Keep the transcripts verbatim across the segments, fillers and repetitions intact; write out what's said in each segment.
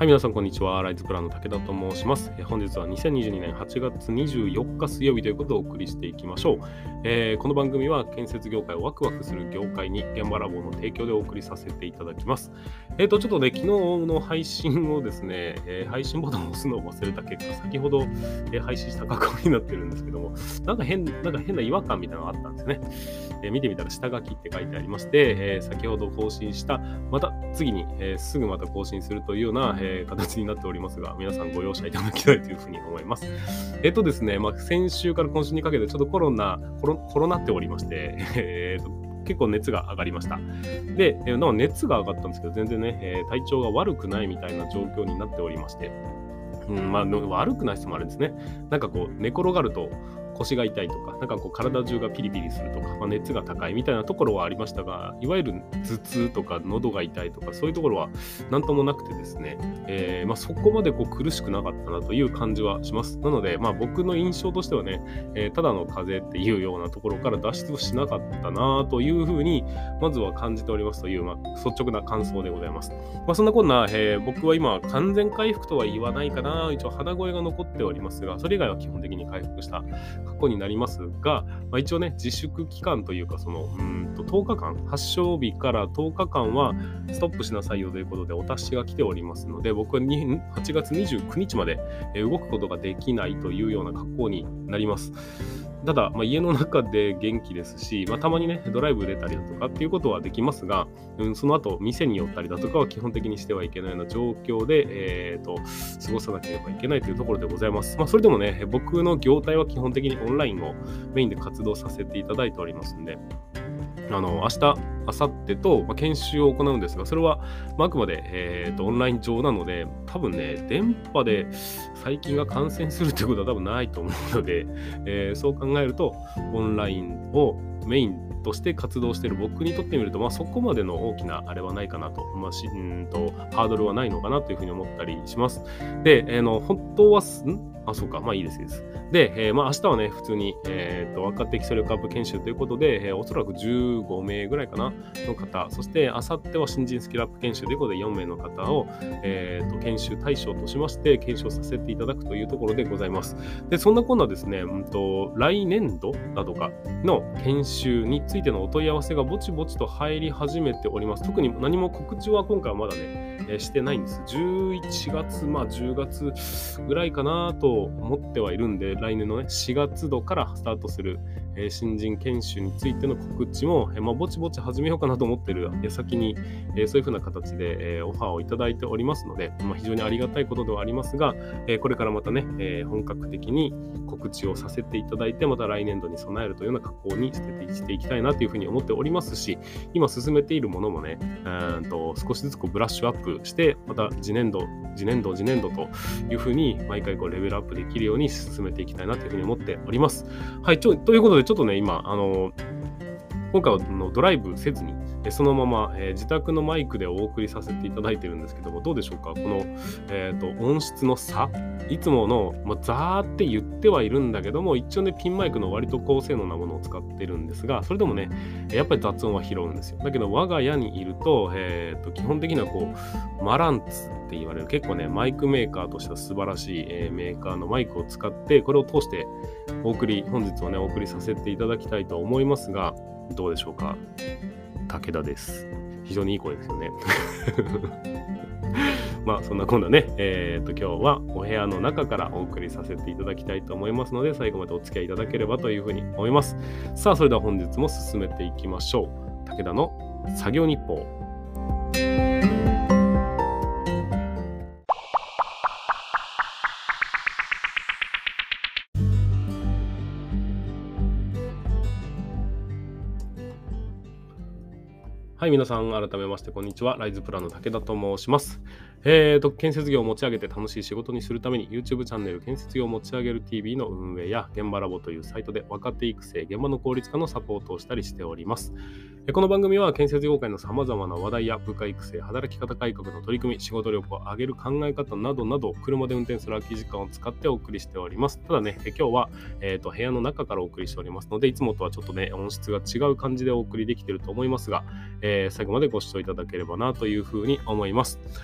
はい、皆さんこんにちは。ライズプランの武田と申します。えー本日はにせんにじゅうにねんはちがつにじゅうよっか水曜日ということでお送りしていきましょう。えーこの番組は建設業界をワクワクする業界に現場ラボの提供でお送りさせていただきます。えっ、と、ちょっとね、昨日の配信をですね、えー配信ボタンを押すのを忘れた結果、先ほど、えー配信した格好になってるんですけども、なんか変、なんか変な違和感みたいなのがあったんですよね。えー見てみたら下書きって書いてありまして、えー先ほど更新した、また次に、えーすぐまた更新するというような、えー形になっておりますが、皆さんご容赦いただきたいというふうに思います。えっとですね、まあ、先週から今週にかけてちょっとコロナ、コロ、コロナっておりまして、えーと結構熱が上がりました。で、えーなんか熱が上がったんですけど、全然ね、えー体調が悪くないみたいな状況になっておりまして、うんまあ、の悪くない人もあるんですね。なんかこう寝転がると腰が痛いとか、なんかこう体中がピリピリするとか、まあ、熱が高いみたいなところはありましたが、いわゆる頭痛とか喉が痛いとかそういうところはなんともなくてですね、えーまあ、そこまでこう苦しくなかったなという感じはします。なので、まあ、僕の印象としてはね、えーただの風邪っていうようなところから脱出をしなかったなというふうにまずは感じておりますという、まあ、率直な感想でございます。まあ、そんなこんな、えー僕は今完全回復とは言わないかな、一応鼻声が残っておりますが、それ以外は基本的に回復した過去になりますが、まあ、一応ね自粛期間というか、そのうーんととおかかん、発症日からとおかかんはストップしなさいよということでお達しが来ておりますので、僕はにはちがつにじゅうくにちまでえー動くことができないというような格好になります。ただ、まあ、家の中で元気ですし、まあ、たまにねドライブ出たりだとかっていうことはできますが、うん、その後店に寄ったりだとかは基本的にしてはいけないような状況で、えー、と過ごさなければいけないというところでございます。まあ、それでもね、僕の業態は基本的にオンラインをメインで活動させていただいておりますんで、あの明日、明後日と、まあ、研修を行うんですが、それは、まあ、あくまで、えーと、オンライン上なので、多分ね、電波で細菌が感染するということは多分ないと思うので、えーそう考えると、オンラインをメインとして活動している僕にとってみると、まあ、そこまでの大きなあれはないかなと、まあ、しんとハードルはないのかなというふうに思ったりします。で、えーの本当はす、んあ、そうか、まあいいです、いいです。で、えーまあ明日はね、普通に、えーと、若手基礎力アップ研修ということで、えーおそらくじゅうごめいぐらいかな、の方、そして明後日は新人スキルアップ研修ということでよんめいの方を、えーと、研修対象としまして、検証させていただくというところでございます。で、そんなこんなですね、うんと、来年度だとかの研修についてのお問い合わせがぼちぼちと入り始めております。特に何も告知は今回はまだね、えーしてないんです。じゅういちがつ、まあじゅうがつぐらいかなと思ってはいるんで、来年のね、しがつ度からスタートする、えー新人研修についての告知も、えーまあ、ぼちぼち始めようかなと思っている矢先に、えーそういうふうな形で、えーオファーをいただいておりますので、まあ、非常にありがたいことではありますが、えーこれからまたね、えー本格的に告知をさせていただいて、また来年度に備えるというような格好にしててしていきたいなというふうに思っておりますし、今進めているものもね、うーんと少しずつこうブラッシュアップして、また次年度、次年度、次年度というふうに毎回こうレベルアップできるように進めていきたいなというふうに思っております。はい、ちょということでちょっとね、今、あの今回はのドライブせずに、えそのまま、えー自宅のマイクでお送りさせていただいてるんですけども、どうでしょうか、この、えーと音質の差、いつもの、まあ、ザーって言ってはいるんだけども、一応ね、ピンマイクの割と高性能なものを使ってるんですが、それでもね、やっぱり雑音は拾うんですよ。だけど、我が家にいると、えーと基本的にはこう、マランツって言われる、結構ね、マイクメーカーとしては素晴らしい、えーメーカーのマイクを使って、これを通してお送り、本日はね、お送りさせていただきたいと思いますが、どうでしょうか。武田です。非常にいい声ですよね。まあそんなこんなね、えー、と今日はお部屋の中からお送りさせていただきたいと思いますので、最後までお付き合いいただければというふうに思います。さあ、それでは本日も進めていきましょう。武田の作業日報。はい、皆さん、改めまして、こんにちは。ライズプランの武田と申します。えーと、建設業を持ち上げて楽しい仕事にするために、YouTube チャンネル建設業を持ち上げる ティーブイ の運営や、現場ラボというサイトで若手育成、現場の効率化のサポートをしたりしております。この番組は建設業界の様々な話題や部下育成、働き方改革の取り組み、仕事力を上げる考え方などなど、車で運転する空き時間を使ってお送りしております。ただね、今日は、えーと、部屋の中からお送りしておりますので、いつもとはちょっとね、音質が違う感じでお送りできていると思いますが、えー最後までご視聴いただければなというふうに思います。はい、という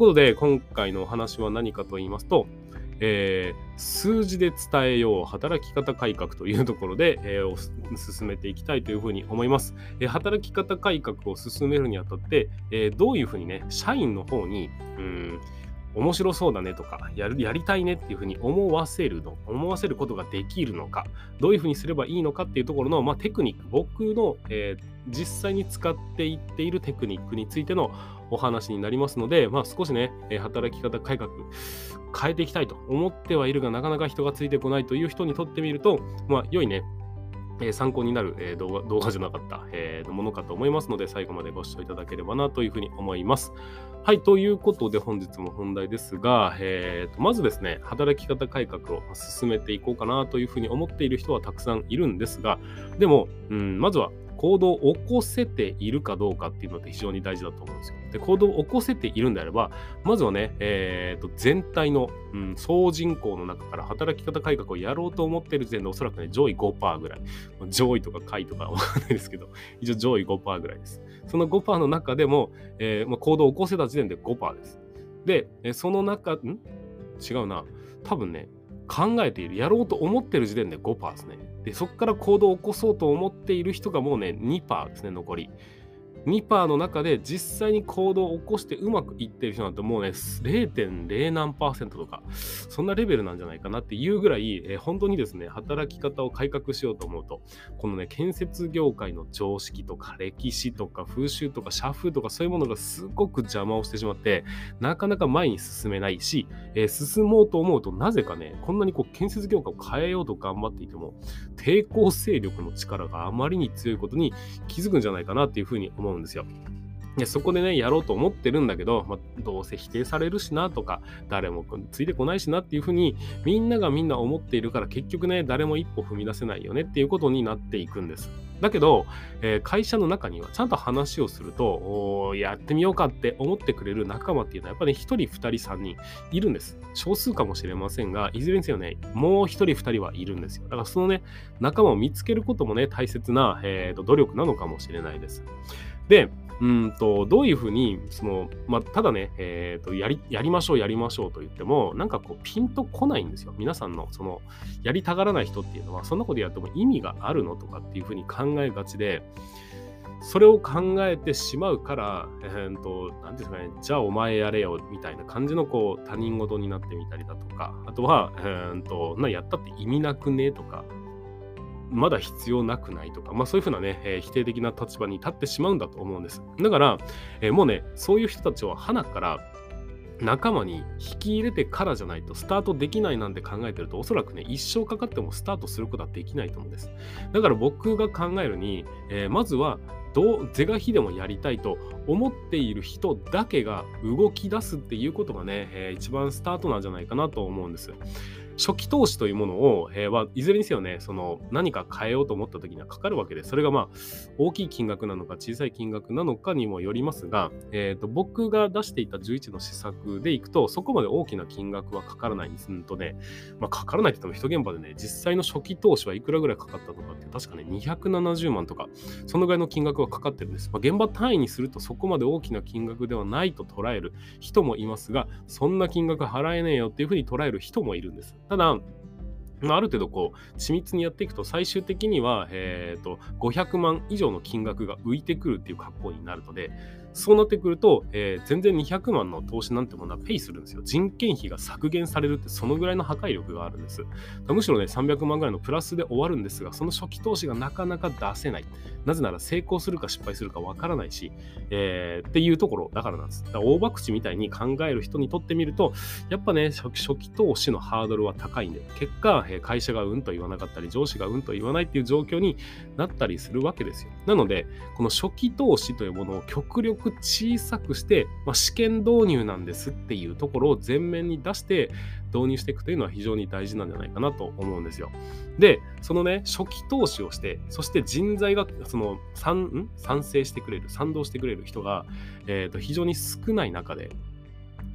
ことで、今回のお話は何かと言いますと、えー、数字で伝えよう働き方改革というところで、えー、進めていきたいというふうに思います。えー、働き方改革を進めるにあたって、えー、どういうふうにね、社員の方に、うーん、面白そうだねとかやる、やりたいねっていうふうに思わせるの、思わせることができるのか、どういうふうにすればいいのかっていうところの、まあ、テクニック、僕の、えー、実際に使っていっているテクニックについてのお話になりますので、まあ、少しね、えー、働き方改革変えていきたいと思ってはいるが、なかなか人がついてこないという人にとってみると、まあ、良いね、えー、参考になる、えー、動画、動画じゃなかった、えー、ものかと思いますので、最後までご視聴いただければなというふうに思います。はい、ということで本日も本題ですが、えー、とまずですね、働き方改革を進めていこうかなというふうに思っている人はたくさんいるんですが、でも、うん、まずは行動を起こせているかどうかっていうのって非常に大事だと思うんですよ。で、行動を起こせているんであれば、まずはね、えー、と全体の、うん、総人口の中から働き方改革をやろうと思っている時点でおそらくね、上位 ごパーセント ぐらい、上位とか下位とかわかんないですけど、一応上位 ごパーセント ぐらいです。その ごパーセント の中でも、えーまあ、行動を起こせた時点で ごパーセント です。で、その中、ん違うな。多分ね、考えている、やろうと思っている時点で ごパーセント ですね。で、そこから行動を起こそうと思っている人がもうね、にパーセント ですね、残り。にパーセント の中で実際に行動を起こしてうまくいってる人なんてもうね れいてんれい 何パーセントとかそんなレベルなんじゃないかなっていうぐらい、えー、本当にですね働き方を改革しようと思うとこのね建設業界の常識とか歴史とか風習とか社風とかそういうものがすごく邪魔をしてしまってなかなか前に進めないし、えー、進もうと思うとなぜかねこんなにこう建設業界を変えようと頑張っていても抵抗勢力の力があまりに強いことに気づくんじゃないかなっていうふうに思うんですよ。でそこでねやろうと思ってるんだけど、まあ、どうせ否定されるしなとか誰もついてこないしなっていうふうにみんながみんな思っているから結局ね誰も一歩踏み出せないよねっていうことになっていくんです。だけど、えー、会社の中にはちゃんと話をするとおやってみようかって思ってくれる仲間っていうのはやっぱりひとりふたりさんにんいるんです。少数かもしれませんがいずれにせよねもうひとりふたりはいるんですよ。だからそのね仲間を見つけることもね大切な、えー、と努力なのかもしれないです。でうんとどういうふうにその、まあ、ただね、えーとやり、やりましょうやりましょうと言ってもなんかこうピンとこないんですよ。皆さんのそのやりたがらない人っていうのはそんなことやっても意味があるのとかっていうふうに考えがちでそれを考えてしまうから、えーとなんていうんですかね、じゃあお前やれよみたいな感じのこう他人事になってみたりだとかあとは、えーとなやったって意味なくねとかまだ必要なくないとか、まあそういうふうなね、えー、否定的な立場に立ってしまうんだと思うんです。だから、えー、もうね、そういう人たちを鼻から仲間に引き入れてからじゃないとスタートできないなんて考えてるとおそらくね、一生かかってもスタートすることはできないと思うんです。だから僕が考えるに、えー、まずはどう是が非でもやりたいと思っている人だけが動き出すっていうことがね、えー、一番スタートなんじゃないかなと思うんです。初期投資というものを、えー、はいずれにせよね、その何か変えようと思った時にはかかるわけで、それがまあ大きい金額なのか小さい金額なのかにもよりますが、えーと、僕が出していたじゅういちの施策でいくと、そこまで大きな金額はかからないんですとね、まあ、かからないって言っても一現場でね、実際の初期投資はいくらぐらいかかったとかって、確かね、にひゃくななじゅうまんとか、そのぐらいの金額はかかってるんです。まあ、現場単位にするとそこまで大きな金額ではないと捉える人もいますが、そんな金額払えねえよっていうふうに捉える人もいるんです。ただ、まあ、ある程度こう緻密にやっていくと最終的には、えーと、ごひゃくまん以上の金額が浮いてくるっていう格好になるので、そうなってくると、えー、全然にひゃくまんの投資なんてものはペイするんですよ。人件費が削減されるってそのぐらいの破壊力があるんです。むしろねさんびゃくまんぐらいのプラスで終わるんですが、その初期投資がなかなか出せない。なぜなら成功するか失敗するかわからないし、えー、っていうところだからなんです。だから大博打みたいに考える人にとってみると、やっぱね初期、初期投資のハードルは高いんで、結果会社がうんと言わなかったり上司がうんと言わないっていう状況になったりするわけですよ。なのでこの初期投資というものを極力小さくして、まあ、試験導入なんですっていうところを前面に出して導入していくというのは非常に大事なんじゃないかなと思うんですよ。でそのね初期投資をしてそして人材がその賛、ん賛成してくれる賛同してくれる人が、えーと、非常に少ない中で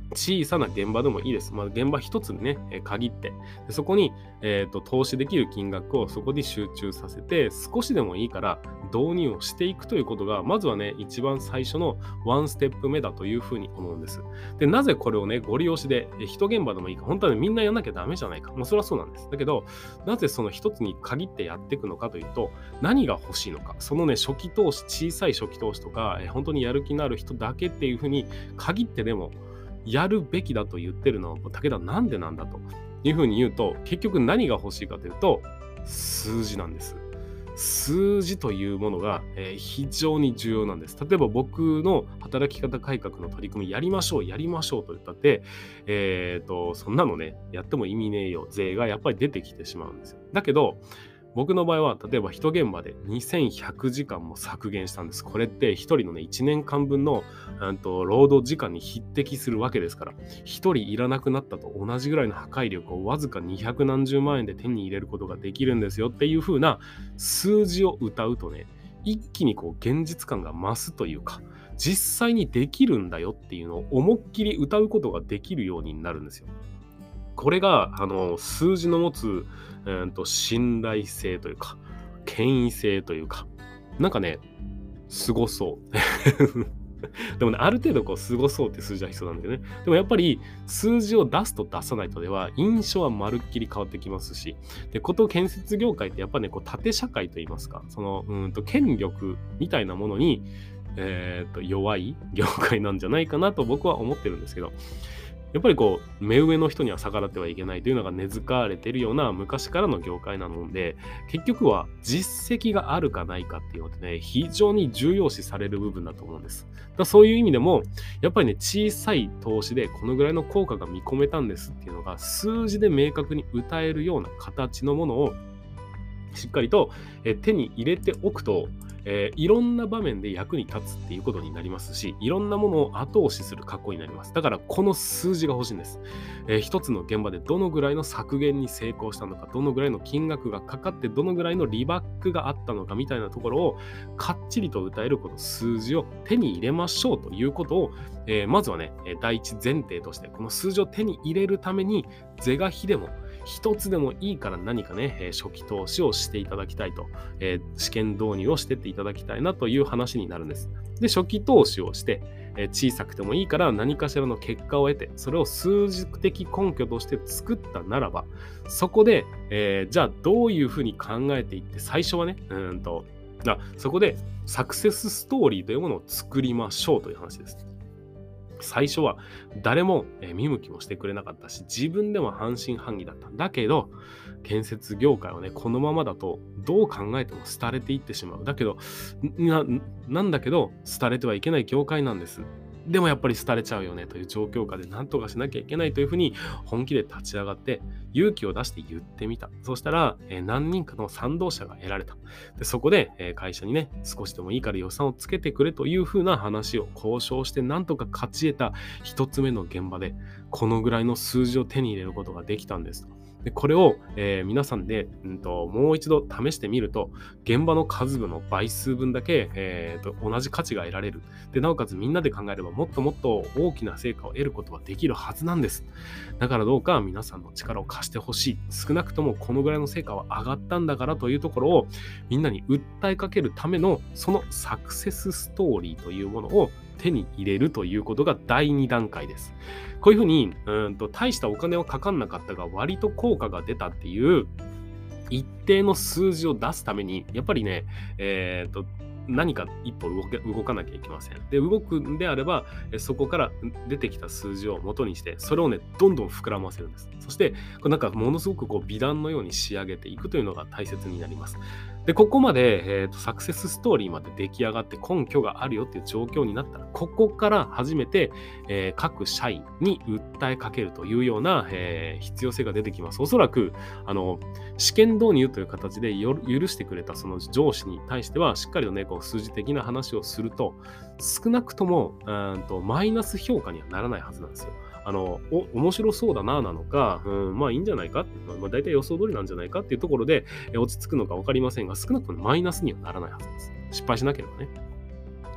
小さな現場でもいいです。まあ、現場一つにね、えー限って、でそこに、えーと、投資できる金額をそこに集中させて、少しでもいいから導入をしていくということが、まずはね、一番最初のワンステップ目だというふうに思うんです。で、なぜこれをね、ご利用しで、えー一現場でもいいか、本当はね、みんなやんなきゃダメじゃないか。もうそれはそうなんです。だけど、なぜその一つに限ってやっていくのかというと、何が欲しいのか。そのね、初期投資、小さい初期投資とか、えー本当にやる気のある人だけっていうふうに限ってでも、やるべきだと言ってるのは武田なんでなんだというふうに言うと、結局何が欲しいかというと数字なんです。数字というものが、えー非常に重要なんです。例えば僕の働き方改革の取り組みやりましょうやりましょうと言ったって、えーとそんなのねやっても意味ねえよ税がやっぱり出てきてしまうんですよ。だけど僕の場合は例えば一現場でにせんひゃくじかんも削減したんです。これって一人のねいちねんかんぶんのうんと労働時間に匹敵するわけですから、一人いらなくなったと同じぐらいの破壊力をわずかにひゃくなんじゅうまんえんで手に入れることができるんですよっていう風な数字を謳うとね、一気にこう現実感が増すというか、実際にできるんだよっていうのを思いっきり謳うことができるようになるんですよ。これがあの数字の持つ、えーと信頼性というか権威性というか、なんかねすごそうでもね、ある程度こうすごそうって数字は必要なんだよね。でもやっぱり数字を出すと出さないとでは印象はまるっきり変わってきますし、でこと建設業界ってやっぱねこう縦社会といいますか、そのうんと権力みたいなものに、えー、と弱い業界なんじゃないかなと僕は思ってるんですけど、やっぱりこう目上の人には逆らってはいけないというのが根付かれているような昔からの業界なので、結局は実績があるかないかっていうのってね非常に重要視される部分だと思うんです。だからそういう意味でもやっぱりね小さい投資でこのぐらいの効果が見込めたんですっていうのが数字で明確に謳えるような形のものをしっかりとえ手に入れておくと、えーいろんな場面で役に立つっていうことになりますし、いろんなものを後押しする格好になります。だからこの数字が欲しいんです。えー一つの現場でどのぐらいの削減に成功したのか、どのぐらいの金額がかかって、どのぐらいのリバックがあったのかみたいなところをかっちりと歌えるこの数字を手に入れましょうということを、えーまずはね、えー第一前提としてこの数字を手に入れるために是が非でも一つでもいいから何かね、えー初期投資をしていただきたいと、えー試験導入をしてっていただきたいなという話になるんです。で、初期投資をして、えー小さくてもいいから何かしらの結果を得て、それを数字的根拠として作ったならば、そこで、えーじゃあどういうふうに考えていって、最初はね、うーんと、あそこでサクセスストーリーというものを作りましょうという話です。最初は誰もえー見向きもしてくれなかったし、自分でも半信半疑だった。だけど、建設業界はね、このままだとどう考えても廃れていってしまう。だけど、な、なんだけど、廃れてはいけない業界なんです。でもやっぱり廃れちゃうよねという状況下で何とかしなきゃいけないというふうに本気で立ち上がって勇気を出して言ってみた。そうしたら、えー何人かの賛同者が得られた。でそこで、えー会社にね、少しでもいいから予算をつけてくれというふうな話を交渉して何とか勝ち得た一つ目の現場でこのぐらいの数字を手に入れることができたんです。でこれを、えー皆さんで、うんと、もう一度試してみると現場の数分の倍数分だけ、えーと同じ価値が得られる。でなおかつみんなで考えればもっともっと大きな成果を得ることはできるはずなんです。だからどうか皆さんの力を貸してほしい。少なくともこのぐらいの成果は上がったんだからというところをみんなに訴えかけるためのそのサクセスストーリーというものを手に入れるということがだいに段階です。こういうふうにうーんと大したお金はかかんなかったが割と効果が出たっていう一定の数字を出すためにやっぱりね、えー、と何か一歩動け動かなきゃいけません。で動くんであればえそこから出てきた数字を元にしてそれをねどんどん膨らませるんです。そしてこれなんかものすごくこう美談のように仕上げていくというのが大切になります。でここまで、えーとサクセスストーリーまで出来上がって根拠があるよっていう状況になったらここから初めて、えー各社員に訴えかけるというような、えー必要性が出てきます。おそらくあの試験導入という形でよ許してくれたその上司に対してはしっかりとねこう数字的な話をすると少なくともうーんとマイナス評価にはならないはずなんですよ。あのお面白そうだななのか、うん、まあいいんじゃないか、まあ、大体予想通りなんじゃないかっていうところでえ落ち着くのか分かりませんが少なくともマイナスにはならないはずです。失敗しなければね。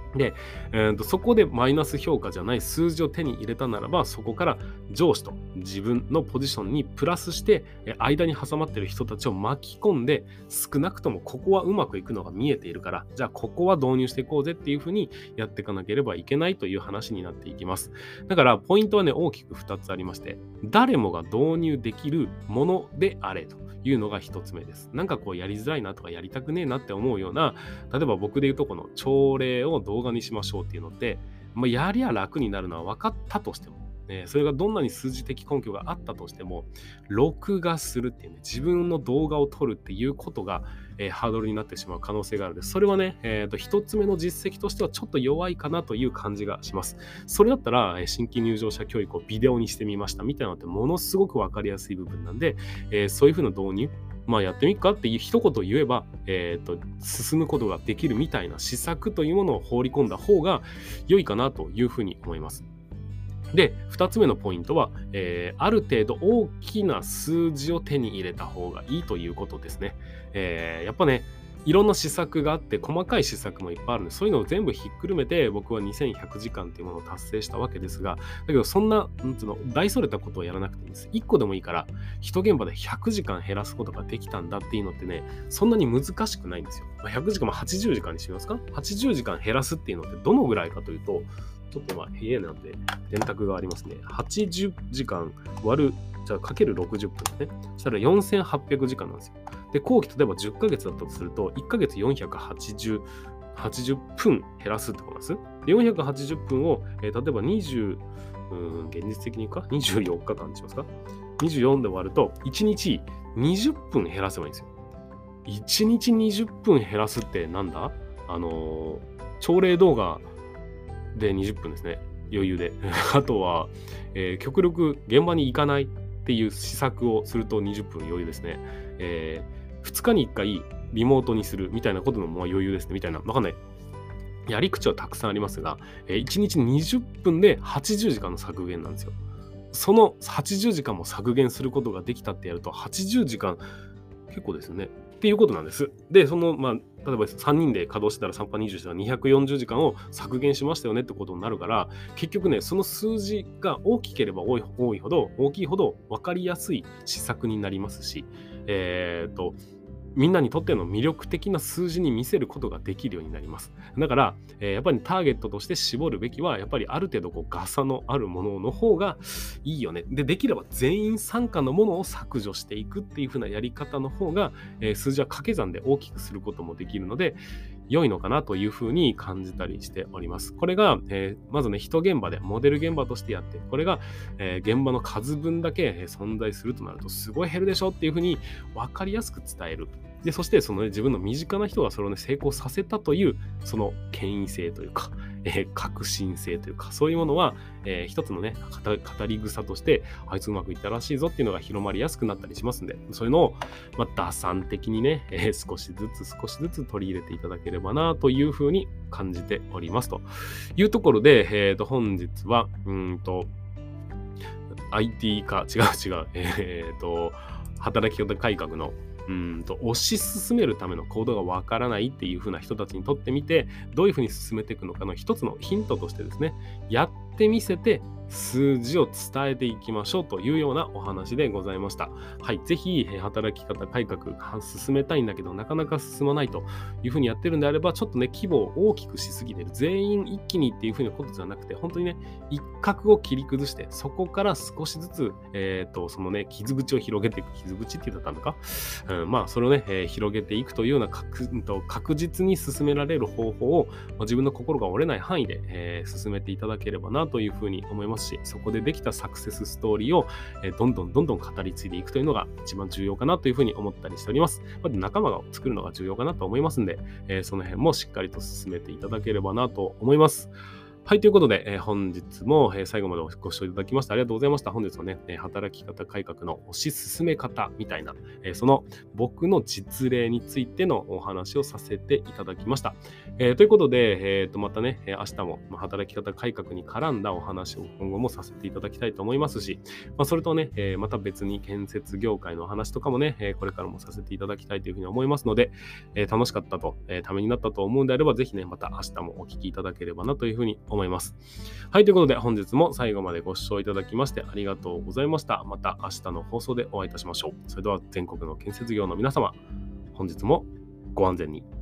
で、えーと、そこでマイナス評価じゃない数字を手に入れたならば、そこから上司と自分のポジションにプラスして、間に挟まっている人たちを巻き込んで、少なくともここはうまくいくのが見えているから、じゃあここは導入していこうぜっていうふうにやっていかなければいけないという話になっていきます。だからポイントはね、大きくふたつありまして、誰もが導入できるものであれというのがひとつめです。なんかこうやりづらいなとかやりたくねえなって思うような、例えば僕で言うとこの朝礼を動画にしましょうっていうのって、まあ、やりゃ楽になるのは分かったとしても、ね、それがどんなに数字的根拠があったとしても、録画するっていうね、自分の動画を撮るっていうことが、えー、ハードルになってしまう可能性があるので、それはね、えーと、一つ目の実績としてはちょっと弱いかなという感じがします。それだったら、えー、新規入場者教育をビデオにしてみましたみたいなのってものすごく分かりやすい部分なんで、えー、そういうふうな導入、まあやってみっかっていう一言言えば、えーと、進むことができるみたいな施策というものを放り込んだ方が良いかなというふうに思います。で、ふたつめのポイントは、えー、ある程度大きな数字を手に入れた方がいいということですね。えー、やっぱね、いろんな施策があって細かい施策もいっぱいあるので、そういうのを全部ひっくるめて僕はにせんひゃくじかんというものを達成したわけですが、だけどそんな、なんつうの、大それたことをやらなくていいんです。いっこでもいいから一現場でひゃくじかん減らすことができたんだっていうのってね、そんなに難しくないんですよ。ひゃくじかんもはちじゅうじかんにしてみますか。はちじゅうじかん減らすっていうのってどのぐらいかというと、ちょっとまあ部屋なんで電卓がありますね。はちじゅうじかん割る、じゃあかけるろくじゅっぷんですね。そしたらよんせんはっぴゃくじかんなんですよ。で、後期例えばじゅっかげつだったとすると、いっかげつよんひゃくはちじゅう、はちじゅっぷん減らすってことなんです。で、よんひゃくはちじゅっぷんを、えー、例えばにじゅう、うーん、現実的にかにじゅうよっかかんにしますか。にじゅうよんで割ると、いちにちにじゅっぷん減らせばいいんですよ。いちにちにじゅっぷん減らすってなんだ？あのー、朝礼動画でにじゅっぷんですね。余裕で。あとは、えー、極力現場に行かないっていう施策をするとにじゅっぷん余裕ですね。えー、ふつかにいっかいリモートにするみたいなことのも余裕ですね。みたいな。わかんない。やり口はたくさんありますが、えー、いちにちにじゅっぷんではちじゅうじかんの削減なんですよ。そのはちじゅうじかんも削減することができたってやると、はちじゅうじかん結構ですよね。っていうことなんです。で、その、まあ、例えばさんにんで稼働してたらさんパーにじゅうしたらにひゃくよんじゅうじかんを削減しましたよねってことになるから、結局ね、その数字が大きければ多い、多いほど、大きいほど分かりやすい施策になりますし、えーっと、みんなにとっての魅力的な数字に見せることができるようになります。だから、えー、やっぱりターゲットとして絞るべきは、やっぱりある程度こうガサのあるものの方がいいよね。で、できれば全員参加のものを削除していくっていう風なやり方の方が、えー、数字は掛け算で大きくすることもできるので、良いのかなというふうに感じたりしております。これが、えー、まずね、一現場でモデル現場としてやって、これが、えー、現場の数分だけ存在するとなると、すごい減るでしょっていうふうに分かりやすく伝える。で、そしてその、ね、自分の身近な人がそれを、ね、成功させたという、その権威性というか、えー、革新性というか、そういうものは、えー、一つのね、語り草として、あいつうまくいったらしいぞっていうのが広まりやすくなったりしますんで、そういうのを、まあ、打算的にね、えー、少しずつ少しずつ取り入れていただければなというふうに感じておりますというところで、えー、と本日は、うんと、アイティー 化、違う違う、えー、と、働き方改革のうんと推し進めるための行動がわからないっていう風な人たちにとってみて、どういう風に進めていくのかの一つのヒントとしてですね、やってみせて数字を伝えていきましょうというようなお話でございました。はい、ぜひ働き方改革進めたいんだけどなかなか進まないという風にやってるんであれば、ちょっとね規模を大きくしすぎてる、全員一気にっていう風なことじゃなくて、本当にね一角を切り崩して、そこから少しずつえっとそのね傷口を広げていく、傷口って言ったのか、うん、まあそれをね、えー、広げていくというような 確, 確実に進められる方法を、まあ、自分の心が折れない範囲で、えー、進めていただければなというふうに思いますし、そこでできたサクセスストーリーを、えー、どんどんどんどん語り継いでいくというのが一番重要かなというふうに思ったりしております。まず仲間が作るのが重要かなと思いますので、えー、その辺もしっかりと進めていただければなと思います。 はい、ということで、えー本日も、えー最後までご視聴いただきましてありがとうございました。本日はね、えー働き方改革の推し進め方みたいな、えーその僕の実例についてのお話をさせていただきました。えーということで、えーとまたね、えー明日もまあ働き方改革に絡んだお話を今後もさせていただきたいと思いますし、まあ、それとね、えーまた別に建設業界の話とかもね、えーこれからもさせていただきたいというふうに思いますので、えー楽しかったと、えーためになったと思うんであれば、ぜひね、また明日もお聞きいただければなというふうに思います。はい、ということで本日も最後までご視聴いただきましてありがとうございました。また明日の放送でお会いいたしましょう。それでは全国の建設業の皆様、本日もご安全に。